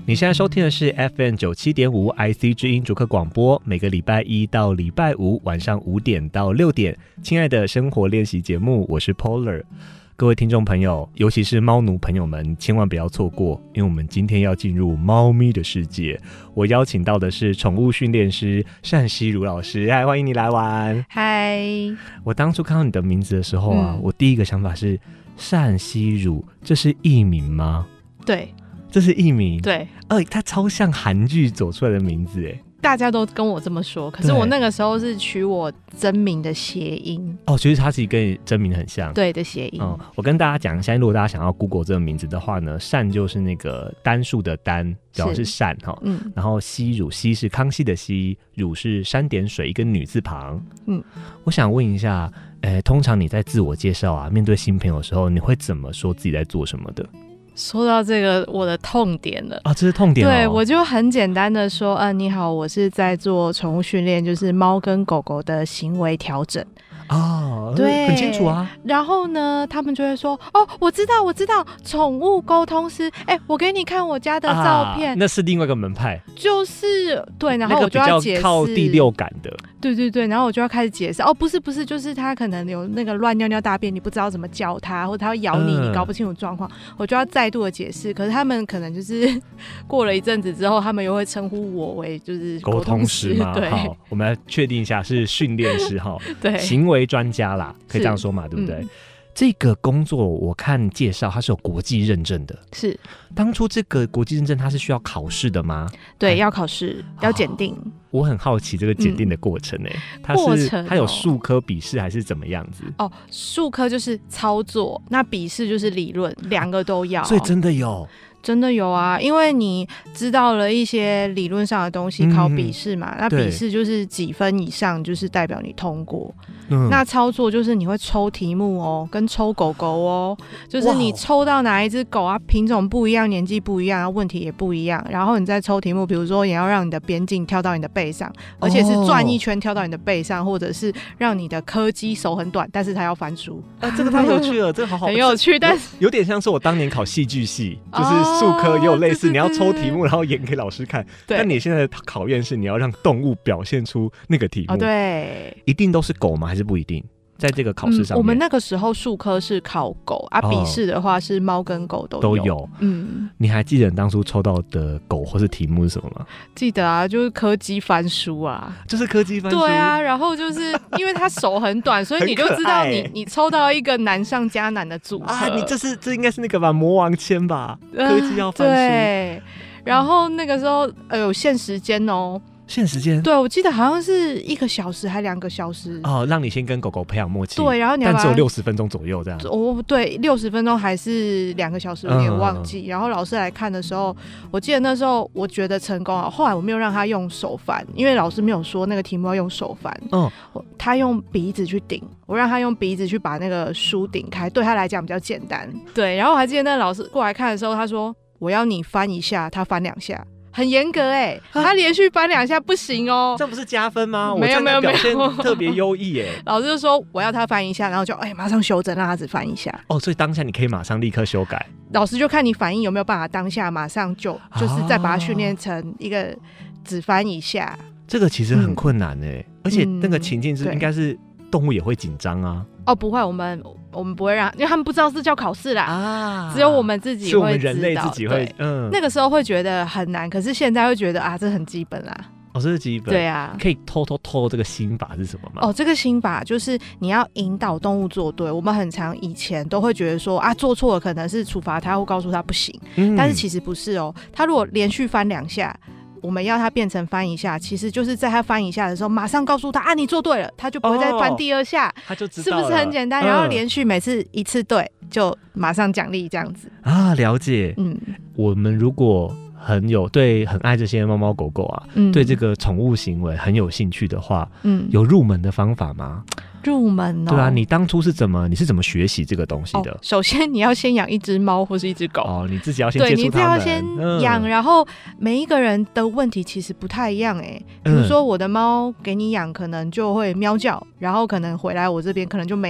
你现在收听的是 FM97.5 IC 之音逐客广播，每个礼拜一到礼拜五晚上5点到6点，亲爱的生活练习节目，我是 Polar。各位听众朋友，尤其是猫奴朋友们，千万不要错过，因为我们今天要进入猫咪的世界。我邀请到的是宠物训练师单希如老师，嗨，欢迎你来玩。 嗨， 我当初看到你的名字的时候啊，我第一个想法是单希如，这是艺名吗？ 对， 这是艺名。 对， 它超像韩剧走出来的名字哎。 大家都跟我这么说，可是我那个时候是取我真名的谐音。 哦，其实它其实跟真名很像。 对的谐音。 我跟大家讲一下，如果大家想要 Google 这个名字的话呢，单就是那个单数的单，表示单哈。然后希如，希是康熙的希，如是山点水一个女字旁。我想问一下，通常你在自我介绍啊，面对新朋友的时候，你会怎么说自己在做什么的？ 说到这个，我的痛点了啊， 这是痛点。 对，我就很简单的说，你好，我是在做宠物训练，就是猫跟狗狗的行为调整。对， 很清楚啊。 然后呢，他们就会说，我知道，宠物沟通师，我给你看我家的照片。 那是另外一个门派， 就是对，然后我就要解释， 那个比较靠第六感的。 对，然后我就要开始解释，不是，就是他可能有那个乱尿尿大便，你不知道怎么教他，或者他会咬你，你搞不清楚状况，我就要再度的解释。可是他们可能就是过了一阵子之后，他们又会称呼我为就是沟通师嘛。 对， 好，我们来确定一下是训练师哈， 对， 行为专家啦，可以这样说嘛，对不对？这个工作我看介绍它是有国际认证的。是，当初这个国际认证它是需要考试的吗？ 对，要考试，要检定。 我很好奇这个检定的过程它有术科笔试还是怎么样子？ 术科就是操作，那笔试就是理论，两个都要。 所以真的有。 真的有啊，因为你知道了一些理论上的东西，考笔试嘛，那笔试就是几分以上就是代表你通过。那操作就是你会抽题目跟抽狗狗就是你抽到哪一只狗啊，品种不一样，年纪不一样，问题也不一样，然后你再抽题目，比如说也要让你的边境跳到你的背上，而且是转一圈跳到你的背上，或者是让你的柯基手很短，但是它要翻书。 这个太有趣了，这个好很有趣，但是有点像是我当年考戏剧系，就是术科也有类似，你要抽题目然后演给老师看。但你现在的考验是你要让动物表现出那个题目。 对， 一定都是狗吗？还是不一定？在这个考试上面， 我们那个时候术科是考狗啊，笔试的话是猫跟狗都有。 你还记得你当初抽到的狗或是题目是什么吗？ 记得啊，就是柯基翻书啊， 就是柯基翻书。 对啊，然后就是因为它手很短，所以你就知道你抽到一个难上加难的组合啊。 这应该是那个吧，魔王签吧，柯基要翻书。 对，然后那个时候有限时间限时间？对， 我记得好像是1个小时还2个小时让你先跟狗狗培养默契。 对，然后你要但只有60分钟左右这样。 对，60分钟还是2个小时，有点忘记。然后老师来看的时候，我记得那时候我觉得成功了。后来我没有让他用手翻，因为老师没有说那个题目要用手翻。他用鼻子去顶，我让他用鼻子去把那个书顶开，对他来讲比较简单。对，然后我还记得那个老师过来看的时候，他说我要你翻一下，他翻2下。很严格他连续翻2下不行这不是加分吗？ 没有表现特别优异老师就说我要他翻1下，然后就马上修正，让他只翻1下。 所以当下你可以马上立刻修改。 老师就看你反应有没有办法当下马上就是再把它训练成一个只翻1下。 这个其实很困难而且那个情境是应该是动物也会紧张啊。 不会，我们不会让，因为他们不知道是叫考试啦只有我们自己会知道， 是我们人类自己会那个时候会觉得很难，可是现在会觉得这很基本啦。 这是基本。 对啊， 可以偷这个心法是什么吗？ 这个心法就是你要引导动物做对。我们很常以前都会觉得说做错了可能是处罚他或告诉他不行，但是其实不是他如果连续翻2下，我们要他变成翻1下，其实就是在他翻1下的时候马上告诉他你做对了，他就不会再翻第2下， 他就知道了， 是不是很简单？然后连续每次1次对就马上奖励这样子了解。我们如果很爱这些猫猫狗狗对这个宠物行为很有兴趣的话，有入门的方法吗？ 入门对啊，你当初是怎么学习这个东西的？ 首先你要先养一只猫或是一只狗你自己要先接触它们。对， 你自己要先养然后每一个人的问题其实不太一样比如说我的猫给你养可能就会喵叫，然后可能回来我这边可能就没有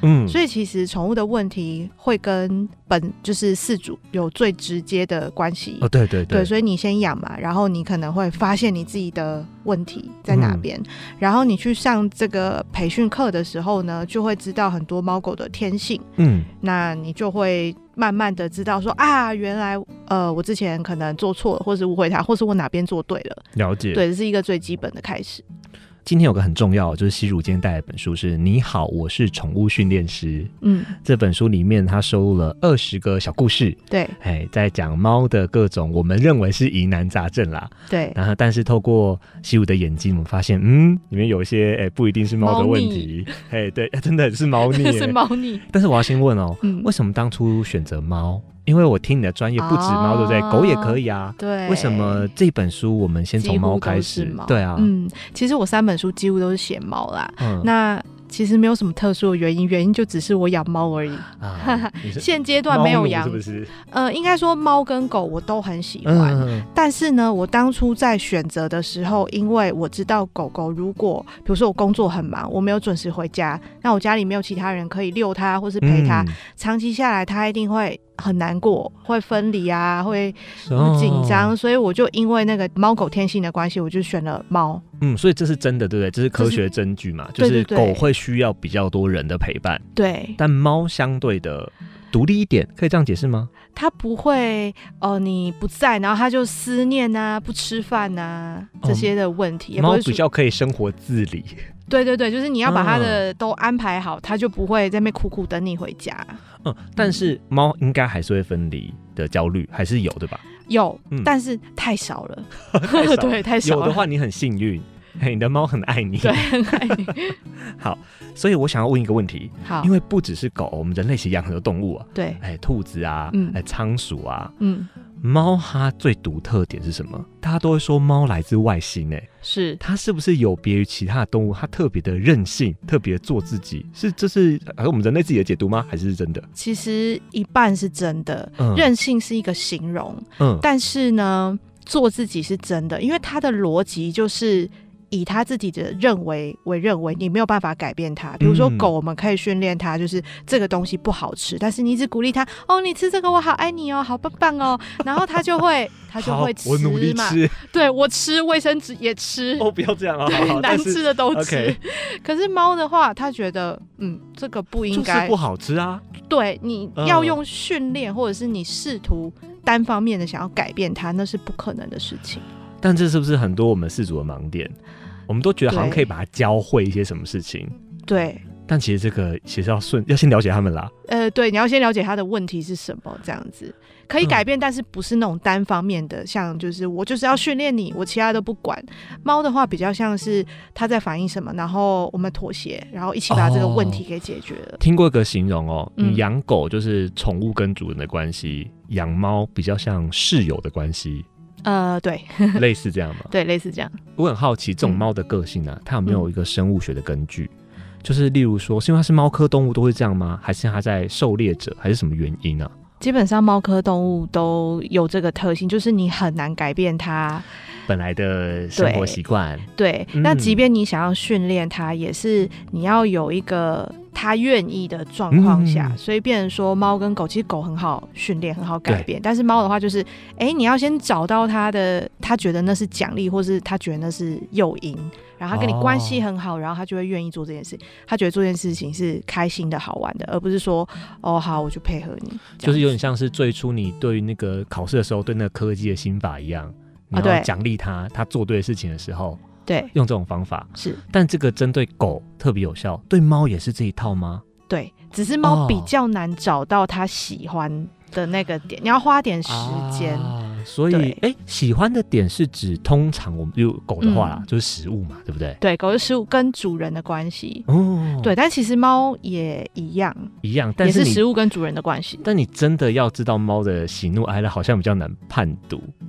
所以其实宠物的问题会跟就是饲主有最直接的关系。 对对 对， 所以你先养嘛，然后你可能会发现你自己的问题在哪边，然后你去上这个培训课的时候呢，就会知道很多猫狗的天性。那你就会慢慢的知道说啊，原来我之前可能做错了，或是误会它，或是我哪边做对了。 了解。 对，这是一个最基本的开始。 今天有个很重要，就是西儒今天带来的本书是你好，我是宠物训练师。这本书里面他收录了20个小故事，对，在讲猫的各种我们认为是疑难杂症啦，对，然后但是透过西儒的眼睛，我们发现里面有一些不一定是猫的问题，对，真的是猫腻是猫腻。 但是我要先问为什么当初选择猫？因为我听你的专业不止猫，对不对？狗也可以啊。对。为什么这本书我们先从猫开始？对啊。 其实我3本书几乎都是写猫啦。那其实没有什么特殊的原因就只是我养猫而已。现阶段没有养，是不是？应该说猫跟狗我都很喜欢，但是呢，我当初在选择的时候，因为我知道狗狗如果比如说我工作很忙，我没有准时回家，那我家里没有其他人可以遛它或是陪它，长期下来它一定会很难过，会分离啊，会紧张，所以我就因为那个猫狗天性的关系，我就选了猫。 所以这是真的，对不对？这是科学证据嘛？就是狗会需要比较多人的陪伴，对，但猫相对的独立一点，可以这样解释吗？ 它不会你不在，然后它就思念啊，不吃饭啊这些的问题。 猫比较可以生活自理。 对对对，就是你要把它的都安排好，它就不会在那边苦苦等你回家。 但是猫应该还是会分离的焦虑，还是有对吧？ 有，但是太少了。 太少对，太少了。 有的话你很幸运，你的猫很爱你。 对，很爱你。 好，所以我想要问一个问题。好，因为不只是狗，我们人类其实养很多动物啊。对，兔子啊，仓鼠啊，猫它最独特点是什么？大家都会说猫来自外星，是它是不是有别于其他的动物？它特别的任性，特别做自己，这是我们人类自己的解读吗？还是真的？ 其实一半是真的，任性是一个形容，但是呢，做自己是真的，因为它的逻辑就是以他自己的认为为认为，你没有办法改变他。比如说狗，我们可以训练它，就是这个东西不好吃，但是你一直鼓励它，你吃这个我好爱你哦，好棒棒哦，然后它就会吃嘛。 我努力吃， 对，我吃卫生纸也吃， 不要这样啊， 难吃的都吃。可是猫的话，它觉得这个不应该， 就是不好吃啊。 对，你要用训练，或者是你试图单方面的想要改变它，那是不可能的事情。 但这是不是很多我们饲主的盲点？我们都觉得好像可以把它教会一些什么事情，对。但其实这个其实要先了解他们啦。 对，你要先了解他的问题是什么，这样子可以改变，但是不是那种单方面的，像就是我就是要训练你，我其他都不管。猫的话比较像是他在反映什么，然后我们妥协，然后一起把这个问题给解决了。 听过一个形容你养狗就是宠物跟主人的关系，养猫比较像室友的关系。 对， 类似这样吗？ 对，类似这样。 我很好奇，这种猫的个性啊，它有没有一个生物学的根据？就是例如说，是因为它是猫科动物都会这样吗？还是它在狩猎者，还是什么原因啊？ 基本上猫科动物都有这个特性，就是你很难改变它本来的生活习惯。 对，那即便你想要训练它，也是你要有一个他愿意的状况下，所以变成说猫跟狗，其实狗很好训练，很好改变，但是猫的话就是，你要先找到他觉得那是奖励，或是他觉得那是诱因，然后他跟你关系很好，然后他就会愿意做这件事，他觉得做这件事情是开心的好玩的，而不是说好我就配合你， 就是有点像是最初你对于那个考试的时候对那个科技的心法一样，你要奖励他做对的事情的时候，对，用这种方法是，但这个针对狗特别有效，对猫也是这一套吗？对， 只是猫比较难找到它喜欢的那个点，你要花点时间。 所以喜欢的点是指通常我们就狗的话啦，就是食物嘛，对不对？ 对，狗的食物跟主人的关系。对，但其实猫也一样， 但是也是食物跟主人的关系。 但你真的要知道猫的喜怒哀乐，好像比较难判读。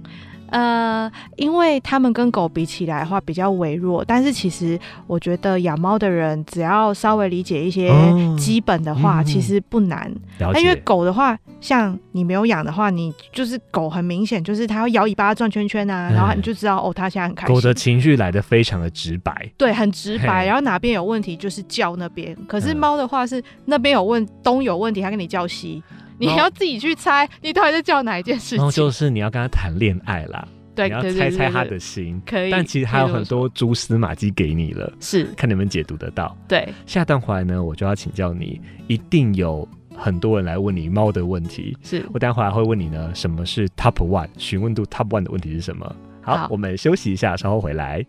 因为他们跟狗比起来的话比较微弱，但是其实我觉得养猫的人只要稍微理解一些基本的话，其实不难。那因为狗的话，像你没有养的话，你就是狗很明显就是它会摇尾巴转圈圈啊，然后你就知道哦，它现在很开心。 狗的情绪来得非常的直白， 对，很直白，然后哪边有问题就是叫那边。可是猫的话是那边东有问题，它跟你叫西。你要自己去猜，你到底在叫哪一件事情？ 然后就是你要跟他谈恋爱啦， 对， 你要猜猜他的心， 可以。 但其实还有很多蛛丝马迹给你了， 是看你们解读得到。 对， 下段回来呢，我就要请教你，一定有很多人来问你猫的问题， 是我等一下回来会问你呢，什么是 Top One？ 询问度 Top One 的问题是什么？好，我们休息一下，稍后回来。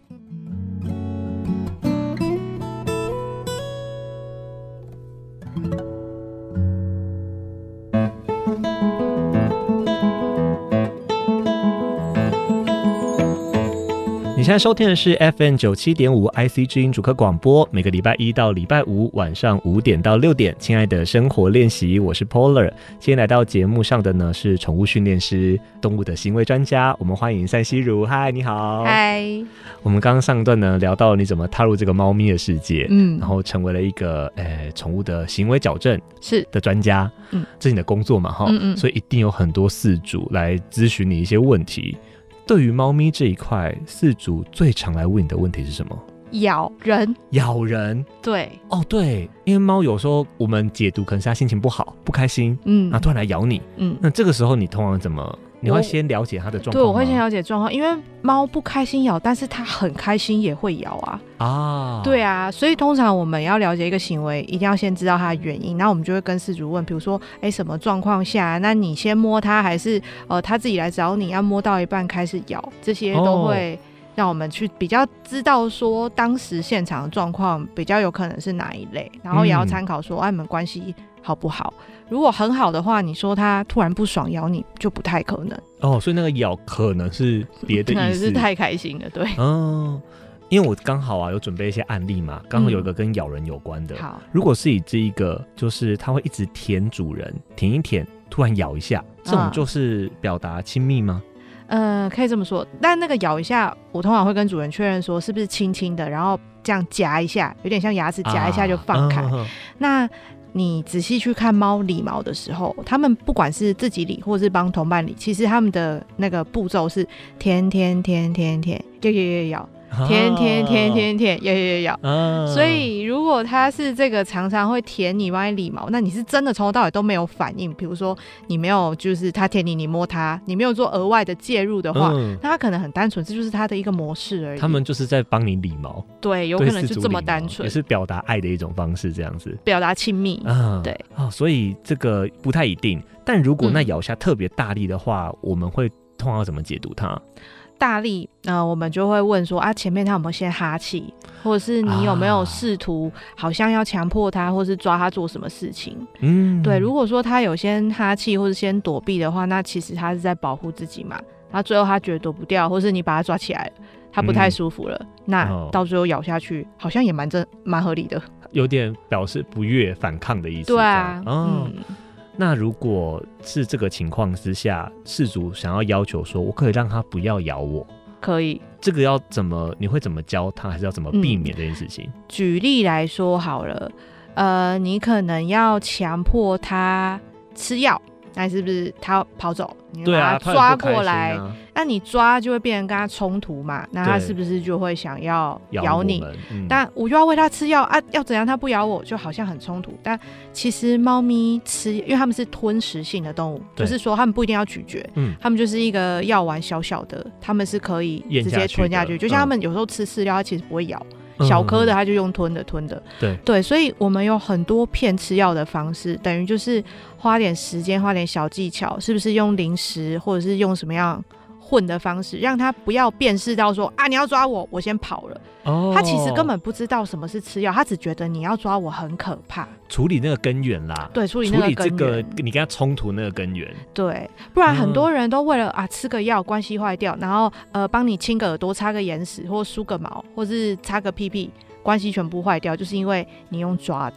你现在收听的是 FM97.5 IC 之音主客广播，每个礼拜一到礼拜五晚上5点到6点。亲爱的生活练习，我是 Polar。今天来到节目上的呢是宠物训练师、动物的行为专家，我们欢迎赛西如。嗨，你好。 嗨。我们刚刚上一段呢聊到你怎么踏入这个猫咪的世界，然后成为了一个宠物的行为矫正是的专家，这是你的工作嘛哈，所以一定有很多饲主来咨询你一些问题。对于猫咪这一块，饲主最常来问你的问题是什么？ 咬人。 对哦，对，因为猫有时候我们解读可能是它心情不好、不开心，然后突然来咬你，那这个时候你通常怎么？你会先了解它的状况吗？ 对，我会先了解状况，因为猫不开心咬，但是它很开心也会咬啊。对啊，所以通常我们要了解一个行为，一定要先知道它的原因，然后我们就会跟饲主问，比如说，什么状况下，那你先摸它，还是它自己来找你，要摸到一半开始咬，这些都会让我们去比较知道说当时现场的状况比较有可能是哪一类，然后也要参考说，你们关系好不好？如果很好的话，你说它突然不爽咬你就不太可能哦，所以那个咬可能是别的意思，可能是太开心了，对。 因为我刚好有准备一些案例嘛，刚好有一个跟咬人有关的。好，如果是以这一个，就是它会一直舔主人，舔一舔，突然咬一下，这种就是表达亲密吗？ 可以这么说，但那个咬一下，我通常会跟主人确认说是不是轻轻的，然后这样夹一下，有点像牙齿夹一下就放开。那你仔细去看猫理毛的时候，他们不管是自己理或是帮同伴理，其实他们的那个步骤是舔舔舔舔舔，咬舔舔舔舔舔，咬。所以如果他是这个常常会舔你帮你理毛，那你是真的从头到尾都没有反应，比如说你没有就是他舔你，你摸他，你没有做额外的介入的话，那他可能很单纯，这就是他的一个模式而已。 他们就是在帮你理毛， 对，有可能就这么单纯， 也是表达爱的一种方式，这样子表达亲密。对所以这个不太一定，但如果那咬下特别大力的话，我们会通常怎么解读它？ 大力，我们就会问说前面他有没有先哈气，或者是你有没有试图好像要强迫他，或是抓他做什么事情？对，如果说他有先哈气或是先躲避的话，那其实他是在保护自己嘛。然后最后他觉得躲不掉，或是你把他抓起来了，他不太舒服了，那到最后咬下去，好像也蛮合理的， 有点表示不悦、反抗的意思。 对啊， 那如果是这个情况之下，饲主想要求说我可以让他不要咬我， 可以， 这个你会怎么教他，还是要怎么避免这件事情？ 举例来说好了，你可能要强迫他吃药，那是不是他跑走，你把他抓过来，那你抓就会变成跟他冲突嘛，那他是不是就会想要咬你？但我就要喂他吃药啊，要怎样他不咬我，就好像很冲突。但其实猫咪吃，因为他们是吞食性的动物，就是说他们不一定要咀嚼，他们就是一个药丸小小的，他们是可以直接吞下去，就像他们有时候吃饲料，他其实不会咬。小颗的他就用吞的，对，所以我们有很多骗吃药的方式，等于就是花点时间，花点小技巧，是不是用零食或者是用什么样混的方式，让他不要辨识到说你要抓我先跑了。他其实根本不知道什么是吃药，他只觉得你要抓我很可怕。 处理那个根源啦， 对，处理那个根源， 这个你跟他冲突那个根源， 对，不然很多人都为了吃个药关系坏掉，然后帮你清个耳朵、擦个眼屎，或梳个毛，或是擦个屁屁，关系全部坏掉，就是因为你用抓的。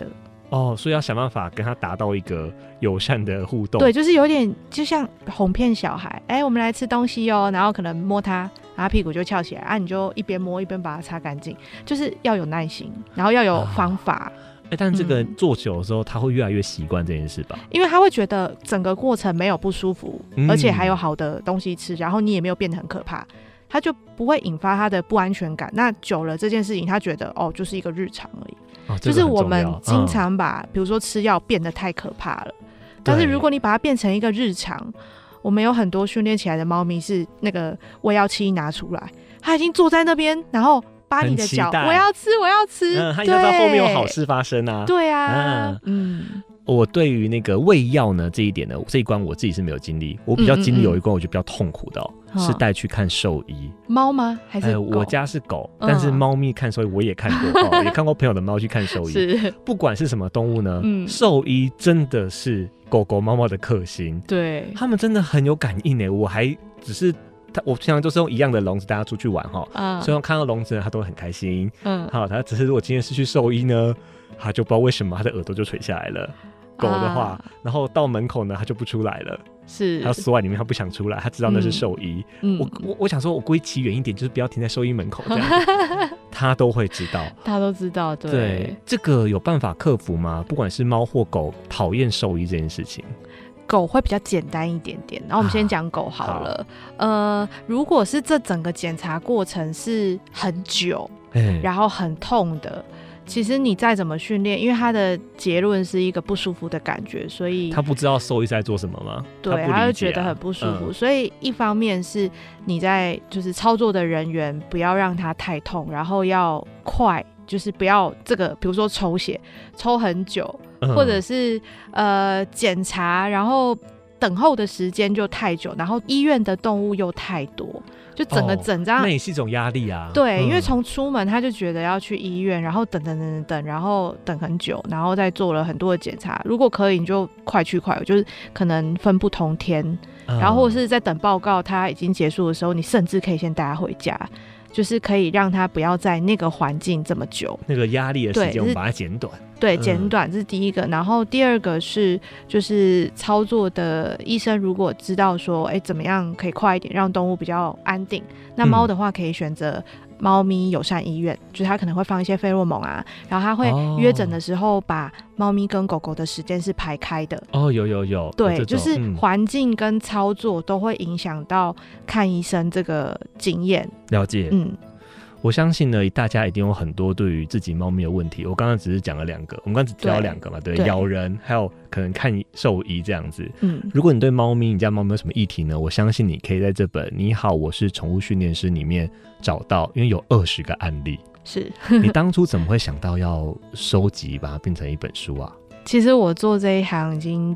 所以要想办法跟他达到一个友善的互动。 对，就是有点就像哄骗小孩，我们来吃东西哦，然后可能摸他，然后屁股就翘起来啊，你就一边摸一边把它擦干净，就是要有耐心，然后要有方法。 但这个做久的时候，他会越来越习惯这件事吧？ 因为他会觉得整个过程没有不舒服，而且还有好的东西吃，然后你也没有变得很可怕，他就不会引发他的不安全感。那久了这件事情，他觉得就是一个日常而已。就是我们经常把比如说吃药变得太可怕了，但是如果你把它变成一个日常，我们有很多训练起来的猫咪是那个胃药器一拿出来，它已经坐在那边，然后扒你的脚，我要吃我要吃， 他知道后面有好事发生啊。 对啊， 我对于那个喂药呢这一点呢，这一关我自己是没有经历，我比较经历有一关我觉得比较痛苦的是带去看兽医。 猫吗？还是狗？ 我家是狗，但是猫咪看兽医我也看过也看过朋友的猫去看兽医。是，不管是什么动物呢，兽医真的是狗狗猫猫的克星， 对， 他们真的很有感应我还只是我平常都是用一样的笼子带他出去玩所以看到笼子他都很开心。他只是如果今天是去兽医呢，他就不知道为什么他的耳朵就垂下来了。狗的话，然后到门口呢，他就不出来了，是，他锁在里面，他不想出来，他知道那是兽医。我想说，我故意骑远一点，就是不要停在兽医门口这样子，他都会知道， 他都知道。对， 这个有办法克服吗？不管是猫或狗讨厌兽医这件事情。 狗会比较简单一点点，然后我们先讲狗好了。如果是这整个检查过程是很久，然后很痛的。其实你再怎么训练，因为他的结论是一个不舒服的感觉，所以他不知道兽医在做什么吗？ 对，他就觉得很不舒服。所以一方面是你在就是操作的人员不要让他太痛，然后要快，就是不要这个比如说抽血抽很久，或者是检查然后等候的时间就太久，然后医院的动物又太多，就整个整张， 那也是一种压力啊。 对，因为从出门他就觉得要去医院，然后等，然后等很久，然后再做了很多的检查。如果可以，你就快去快回，就是可能分不同天，然后或者是在等报告他已经结束的时候，你甚至可以先带他回家。就是可以让他不要在那个环境这么久， 那个压力的时间我们把它减短。 对，减短，这是第一个。然后第二个是就是操作的医生如果知道说怎么样可以快一点让动物比较安定，那猫的话可以选择猫咪友善医院，就是他可能会放一些费洛蒙啊，然后他会约诊的时候把猫咪跟狗狗的时间是排开的。 有对，就是环境跟操作都会影响到看医生这个经验。 了解。我相信呢，大家一定有很多对于自己猫咪的问题。我刚刚只是讲了2个，我们刚刚只提到2个嘛，对，咬人，还有可能看兽医这样子。如果你对猫咪，你家猫咪有什么议题呢？我相信你可以在这本《你好，我是宠物训练师》里面找到，因为有20个案例。 是你当初怎么会想到要收集，把它变成一本书啊？ 其实我做这一行已经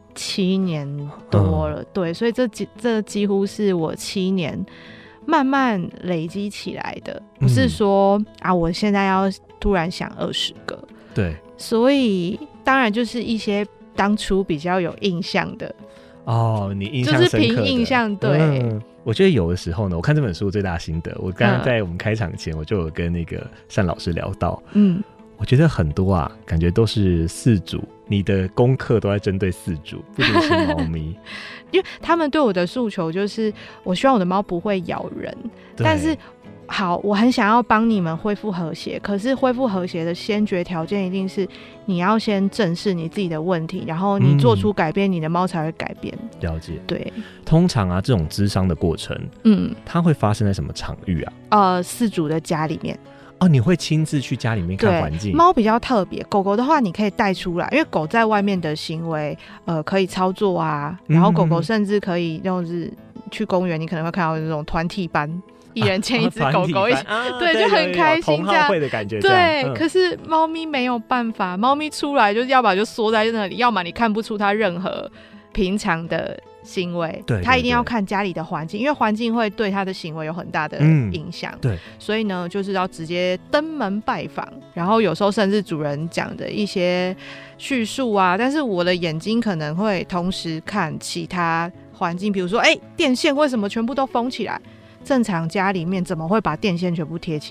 7年多了，对，所以这几乎是我7年。慢慢累积起来的，不是说我现在要突然想20个， 对， 所以当然就是一些当初比较有印象的你印象深刻的， 就是凭印象。对， 我觉得有的时候呢，我看这本书最大的心得，我刚刚在我们开场前我就有跟那个单老师聊到，我觉得很多感觉都是饲主，你的功课都在针对饲主，不仅是猫咪。 因为他们对我的诉求就是，我希望我的猫不会咬人，但是好，我很想要帮你们恢复和谐，可是恢复和谐的先决条件一定是你要先正视你自己的问题，然后你做出改变，你的猫才会改变。 了解。 对， 通常这种諮商的过程，它会发生在什么场域啊？ 饲主的家里面。 你会亲自去家里面看环境？ 猫比较特别，狗狗的话你可以带出来，因为狗在外面的行为可以操作啊，然后狗狗甚至可以就是去公园，你可能会看到那种团体班，一人牵一只狗狗一起，对，就很开心这样，同好会的感觉。 对，可是猫咪没有办法，猫咪出来就是要么就缩在那里，要么你看不出它任何平常的行为，对，他一定要看家里的环境，因为环境会对他的行为有很大的影响。 对， 所以呢，就是要直接登门拜访，然后有时候甚至主人讲的一些叙述啊，但是我的眼睛可能会同时看其他环境，比如说，电线为什么全部都封起来？正常家里面怎么会把电线全部贴起来？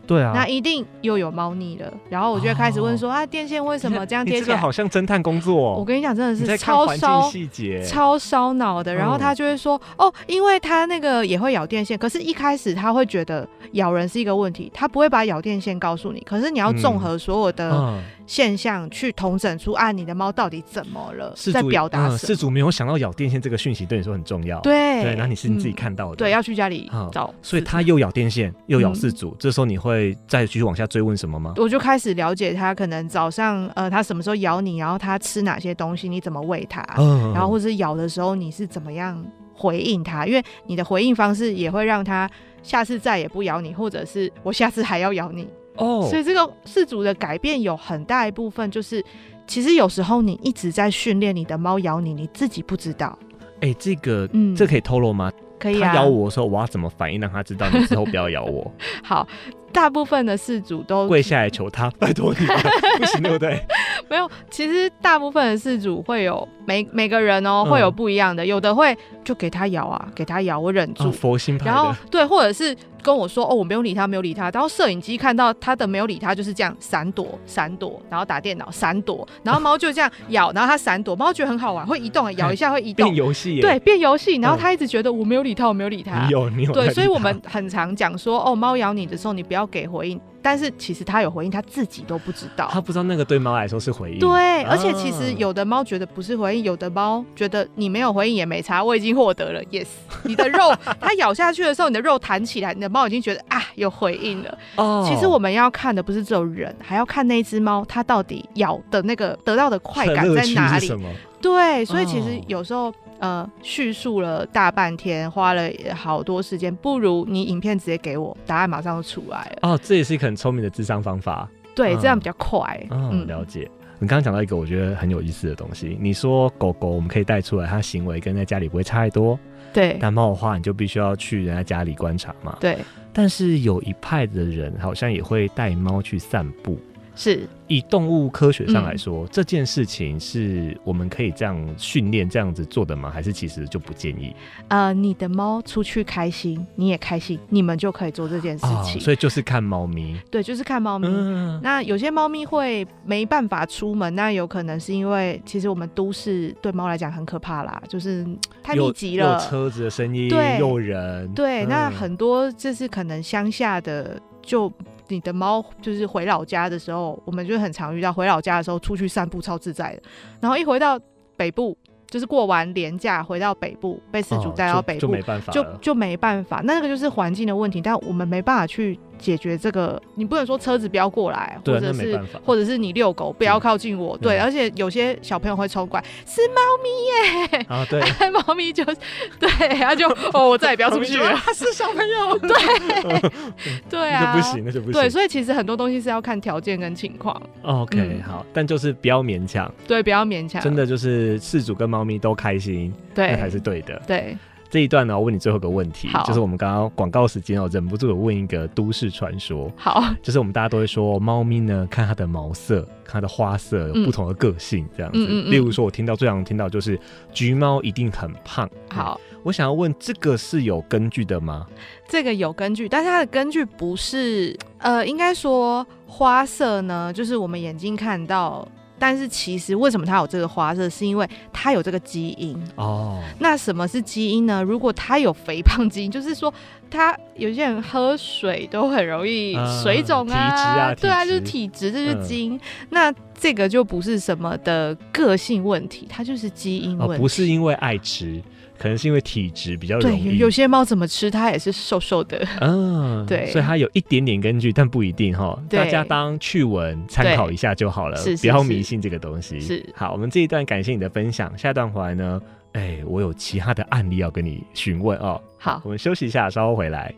对啊， 那一定又有猫腻了。然后我就会开始问说，电线为什么这样贴起来？ 你这个好像侦探工作哦。 我跟你讲，真的是超烧脑的。然后他就会说，因为他那个也会咬电线，可是一开始他会觉得咬人是一个问题，他不会把咬电线告诉你，可是你要综合所有的现象去统整出你的猫到底怎么了，在表达什么。 事主没有想到咬电线这个讯息对你说很重要， 对， 然后你是你自己看到的， 对，要去家里找。 所以他又咬电线又咬事主，这时候你会再继续往下追问什么吗？ 我就开始了解他可能早上他什么时候咬你，然后他吃哪些东西，你怎么喂他，然后或是咬的时候你是怎么样回应他，因为你的回应方式也会让他下次再也不咬你，或者是我下次还要咬你。所以这个饲主的改变有很大一部分就是其实有时候你一直在训练你的猫咬你，你自己不知道。 这个这可以透露吗？ 可以啊。 他咬我的时候我要怎么反应让他知道你之后不要咬我？ 好，大部分的饲主都跪下来求他，拜托你了，不行对不对？ 没有，其实大部分的饲主会有每个人会有不一样的，有的会就给他咬啊，给他咬，我忍住， 佛心派的。 然后对，或者是跟我说我没有理他，没有理他，然后摄影机看到他的没有理他就是这样闪躲，然后打电脑闪躲，然后猫就这样咬，然后他闪躲，猫觉得很好玩，会移动，咬一下会移动， 变游戏耶。 对，变游戏，然后他一直觉得我没有理他，我没有理他。 你有对，所以我们很常讲说猫咬你的时候你不要给回应，但是其实他有回应他自己都不知道， 他不知道那个对猫来说是回应。 对，而且其实有的猫觉得不是回应，有的猫觉得你没有回应也没差，我已经获得了 yes， 你的肉它咬下去的时候你的肉弹起来，你的猫已经觉得有回应了。其实我们要看的不是只有人，还要看那只猫它到底咬的那个得到的快感在哪里。对，所以其实有时候叙述了大半天，花了好多时间，不如你影片直接给我，答案马上就出来了。 这也是一个很聪明的智商方法。 对，这样比较快。 了解。你刚刚讲到一个我觉得很有意思的东西，你说狗狗我们可以带出来，它行为跟在家里不会差太多。 对， 但猫的话你就必须要去人家家里观察嘛。 对， 但是有一派的人好像也会带猫去散步。 是， 以动物科学上来说，这件事情是我们可以这样训练这样子做的吗？还是其实就不建议？ 你的猫出去开心，你也开心，你们就可以做这件事情。 所以就是看猫咪。 对，就是看猫咪。那有些猫咪会没办法出门，那有可能是因为其实我们都市对猫来讲很可怕啦，就是太密集了， 有车子的声音，又人。 对，那很多就是可能乡下的就。你的猫就是回老家的时候，我们就很常遇到回老家的时候出去散步超自在的，然后一回到北部，就是过完连假回到北部，被饲主带到北部， 就没办法了， 就没办法，那个就是环境的问题，但我们没办法去解决这个。你不能说车子不要过来，或者是你遛狗不要靠近我，对，而且有些小朋友会冲过来，是猫咪耶，对，猫咪就对，他就我再也不要出去了， 是小朋友， 对啊， 那就不行， 对，所以其实很多东西是要看条件跟情况。 OK，好，但就是不要勉强， 对，不要勉强， 真的就是饲主跟猫咪都开心，对，那才是对的， 对。 这一段呢，我问你最后一个问题，就是我们刚刚广告时间忍不住有问一个都市传说。 好，就是我们大家都会说，猫咪呢看它的毛色、看它的花色有不同的个性，这样子。例如说，我最常听到就是橘猫一定很胖。 好， 我想要问，这个是有根据的吗？ 这个有根据，但是它的根据不是应该说花色呢，就是我们眼睛看到。但是其实为什么它有这个花色，是因为它有这个基因哦。那什么是基因呢？如果它有肥胖基因，就是说它有些人喝水都很容易水肿啊，对啊，就是体质，这就是基因。那这个就不是什么的个性问题，它就是基因问题， 不是因为爱吃。可能是因为体质比较容易， 对，有些猫怎么吃它也是瘦瘦的，对， 所以它有一点点根据，但不一定哈。大家当趣闻参考一下就好了，不要迷信这个东西。 是， 好，我们这一段感谢你的分享，下一段回来呢，我有其他的案例要跟你询问哦。 好， 我们休息一下，稍后回来。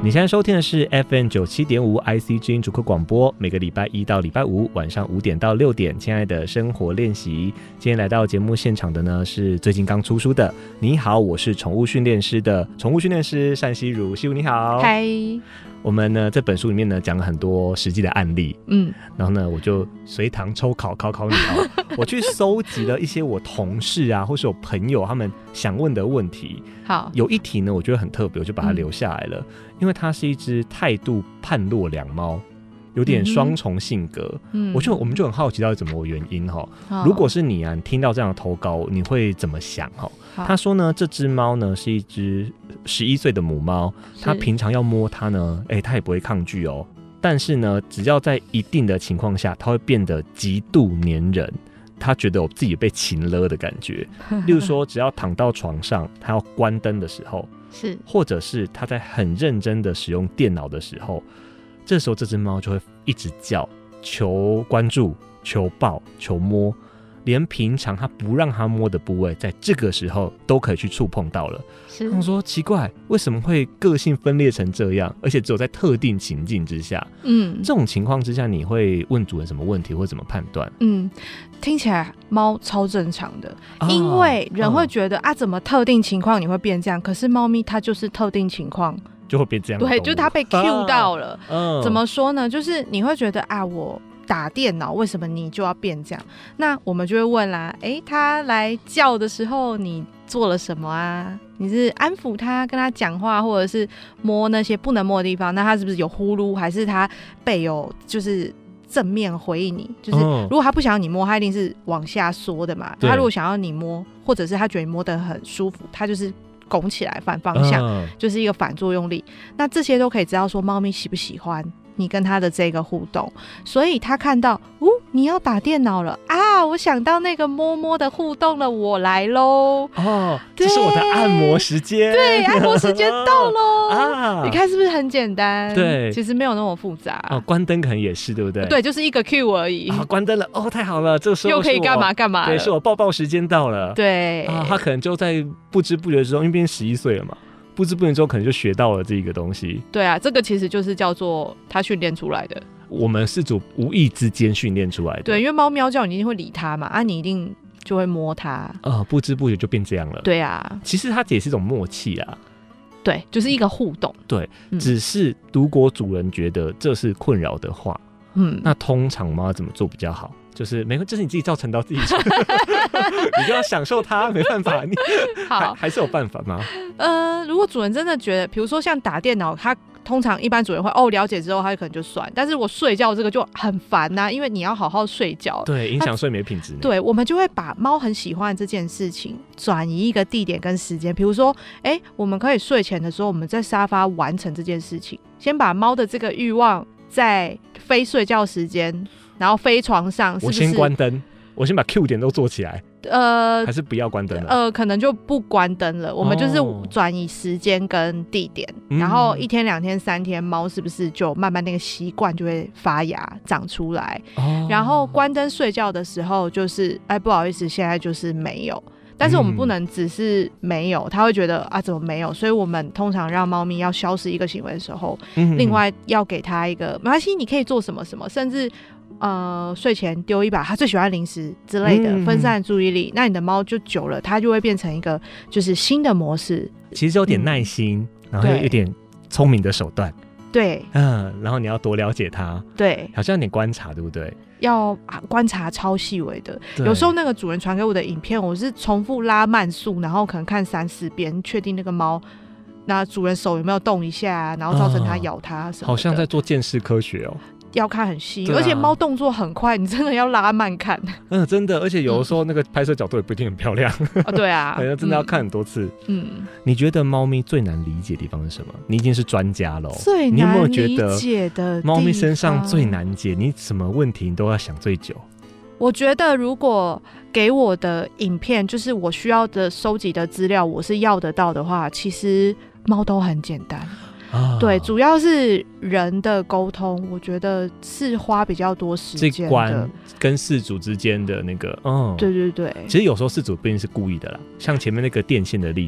你现在收听的是 FM97.5 IC 之音主客广播，每个礼拜一到礼拜五晚上5点到6点，亲爱的生活练习。今天来到节目现场的呢，是最近刚出书的你好，我是宠物训练师的宠物训练师单希如。希如你好。 嗨。 我们呢这本书里面呢讲了很多实际的案例，然后呢我就随堂抽考考你哦。我去搜集了一些我同事啊或是我朋友他们想问的问题。 好， 有一题呢我觉得很特别，我就把它留下来了，因为它是一只态度判若两猫，有点双重性格。我们就很好奇到底怎么原因哈。如果是你啊，你听到这样的投稿，你会怎么想哈？他说呢，这只猫呢是一只11岁的母猫，它平常要摸它呢，它也不会抗拒哦。但是呢，只要在一定的情况下，它会变得极度黏人。他觉得我自己被情勒的感觉，例如说，只要躺到床上，他要关灯的时候，或者是他在很认真的使用电脑的时候，这时候这只猫就会一直叫，求关注、求抱、求摸，连平常他不让他摸的部位，在这个时候都可以去触碰到了。我说奇怪，为什么会个性分裂成这样？而且只有在特定情境之下。这种情况之下，你会问主人什么问题，或怎么判断？ 听起来猫超正常的，因为人会觉得怎么特定情况你会变这样？可是猫咪它就是特定情况就会变这样。 对，就是它被 cue 到了。怎么说呢？就是你会觉得我打电脑为什么你就要变这样？那我们就会问啦，他来叫的时候你做了什么啊？你是安抚他，跟他讲话，或者是摸那些不能摸的地方？那他是不是有呼噜，还是他背有就是正面回应你？就是如果他不想要你摸，他一定是往下缩的嘛。他如果想要你摸，或者是他觉得你摸得很舒服，他就是拱起来反方向，就是一个反作用力。那这些都可以知道说猫咪喜不喜欢你跟他的这个互动。所以他看到你要打电脑了我想到那个摸摸的互动了，我来咯。 这是我的按摩时间。 对，按摩时间到咯。你看是不是很简单？对，其实没有那么复杂。 关灯可能也是，对不对？ 对，就是一个 Q 而已。 关灯了，太好了，这个时候又可以干嘛干嘛了。 对，是我抱抱时间到了。 对， 他可能就在不知不觉之中，因为毕竟11岁了嘛，不知不觉之后可能就学到了这个东西。 对啊，这个其实就是叫做他训练出来的， 我们饲主无意之间训练出来的。 对，因为猫喵叫你一定会理它嘛，你一定就会摸它。 不知不觉就变这样了。 对啊， 其实它也是一种默契啊。 对，就是一个互动。对， 只是如果主人觉得这是困扰的话，那通常猫怎么做比较好？就是没，这是你自己造成到自己你就要享受它，没办法。你好，还是有办法吗？ 如果主人真的觉得，比如说像打电脑，他通常一般主人会了解之后，他可能就算。但是我睡觉这个就很烦啊，因为你要好好睡觉， 对，影响睡眠品质。 对，我们就会把猫很喜欢这件事情转移一个地点跟时间，比如说，我们可以睡前的时候，我们在沙发完成这件事情，先把猫的这个欲望在非睡觉时间。然后飞床上，是不是？ 我先关灯，我先把 Q 点都做起来。还是不要关灯了？ 可能就不关灯了。我们就是转移时间跟地点，然后1天、2天、3天，猫是不是就慢慢那个习惯就会发芽长出来？然后关灯睡觉的时候，就是不好意思，现在就是没有。但是我们不能只是没有，他会觉得怎么没有？所以我们通常让猫咪要消失一个行为的时候，另外要给他一个没关系，你可以做什么什么，甚至睡前丢一把他最喜欢的零食之类的，分散注意力。那你的猫就久了，它就会变成一个就是新的模式。 其实有点耐心，然后有点聪明的手段。 对， 然后你要多了解它。对，好像有点观察，对不对？ 要观察超细微的。有时候那个主人传给我的影片，我是重复拉慢速，然后可能看3-4遍，确定那个猫那主人手有没有动一下，然后造成它咬它什么的。 好像在做鉴识科学哦。 要看很细，而且猫动作很快，你真的要拉慢看。 真的，而且有的时候那个拍摄角度也不一定很漂亮。 对啊， 真的要看很多次。你觉得猫咪最难理解的地方是什么？你已经是专家了， 最难理解的猫咪身上最难解，你什么问题你都要想最久。 我觉得如果给我的影片，就是我需要的收集的资料，我是要得到的话，其实猫都很简单。对，主要是人的沟通，我觉得是花比较多时间的。这关跟饲主之间的那个， 对对对。 其实有时候饲主不一定是故意的啦，像前面那个电线的例子，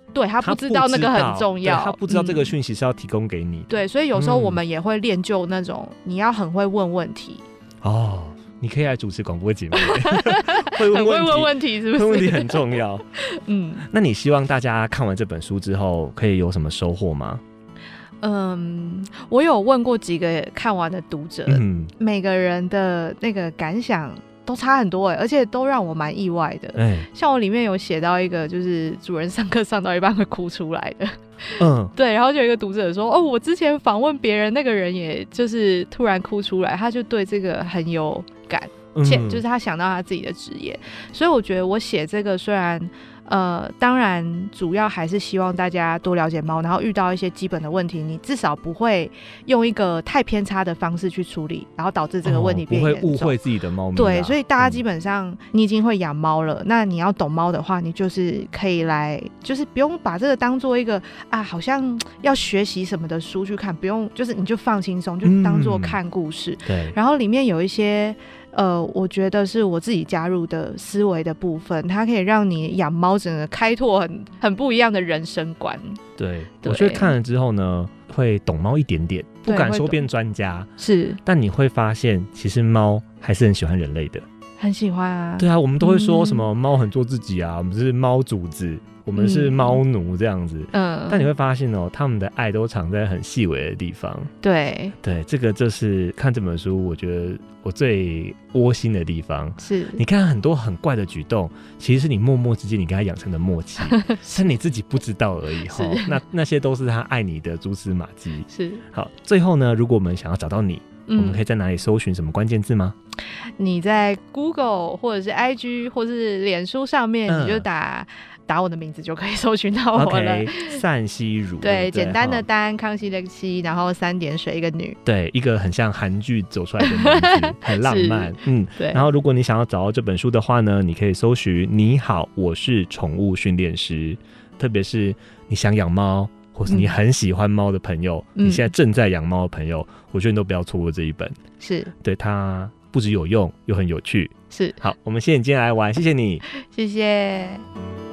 对，他不知道那个很重要， 他不知道这个讯息是要提供给你。 对，所以有时候我们也会练就那种你要很会问问题。 哦，你可以来主持广播节目， 很会问问题，是不是？ 问问题很重要。那你希望大家看完这本书之后可以有什么收获吗？ 我有问过几个看完的读者，每个人的那个感想都差很多而且都让我蛮意外的。像我里面有写到一个，就是主人上课上到一半会哭出来的。对，然后就有一个读者说，哦，我之前访问别人，那个人也就是突然哭出来，他就对这个很有感，就是他想到他自己的职业。所以我觉得我写这个虽然当然主要还是希望大家多了解猫，然后遇到一些基本的问题，你至少不会用一个太偏差的方式去处理，然后导致这个问题变严重， 不会误会自己的猫咪。 对，所以大家基本上你已经会养猫了，那你要懂猫的话，你就是可以来，就是不用把这个当做一个好像要学习什么的书去看，不用，就是你就放轻松，就当做看故事。 对， 然后里面有一些我觉得是我自己加入的思维的部分，它可以让你养猫整个开拓很不一样的人生观。 对，我觉得看了之后呢，会懂猫一点点，不敢说变专家， 是， 但你会发现其实猫还是很喜欢人类的， 很喜欢啊。 对啊，我们都会说什么猫很做自己啊，我们是猫主子，我们是猫奴这样子。但你会发现他们的爱都藏在很细微的地方。 对， 这个就是看这本书我觉得我最窝心的地方。 是你看很多很怪的举动，其实是你默默之间你跟他养成的默契，是你自己不知道而已。那些都是他爱你的蛛丝马迹。 是。 好，最后呢，如果我们想要找到你，我们可以在哪里搜寻什么关键字吗？ 你在 Google 或者是 IG 或是脸书上面，你就打我的名字就可以搜寻到我了。 单希儒， 对，简单的单，康熙的熙，然后3点水一个女， 对，一个很像韩剧走出来的名字，很浪漫。 对。 然后如果你想要找到这本书的话呢，你可以搜寻你好，我是宠物训练师。特别是你想养猫，或是你很喜欢猫的朋友，你现在正在养猫的朋友，我觉得你都不要错过这一本。 是， 对，它不只有用，又很有趣。 是。 好，我们谢谢你今天来玩，谢谢你， 谢谢。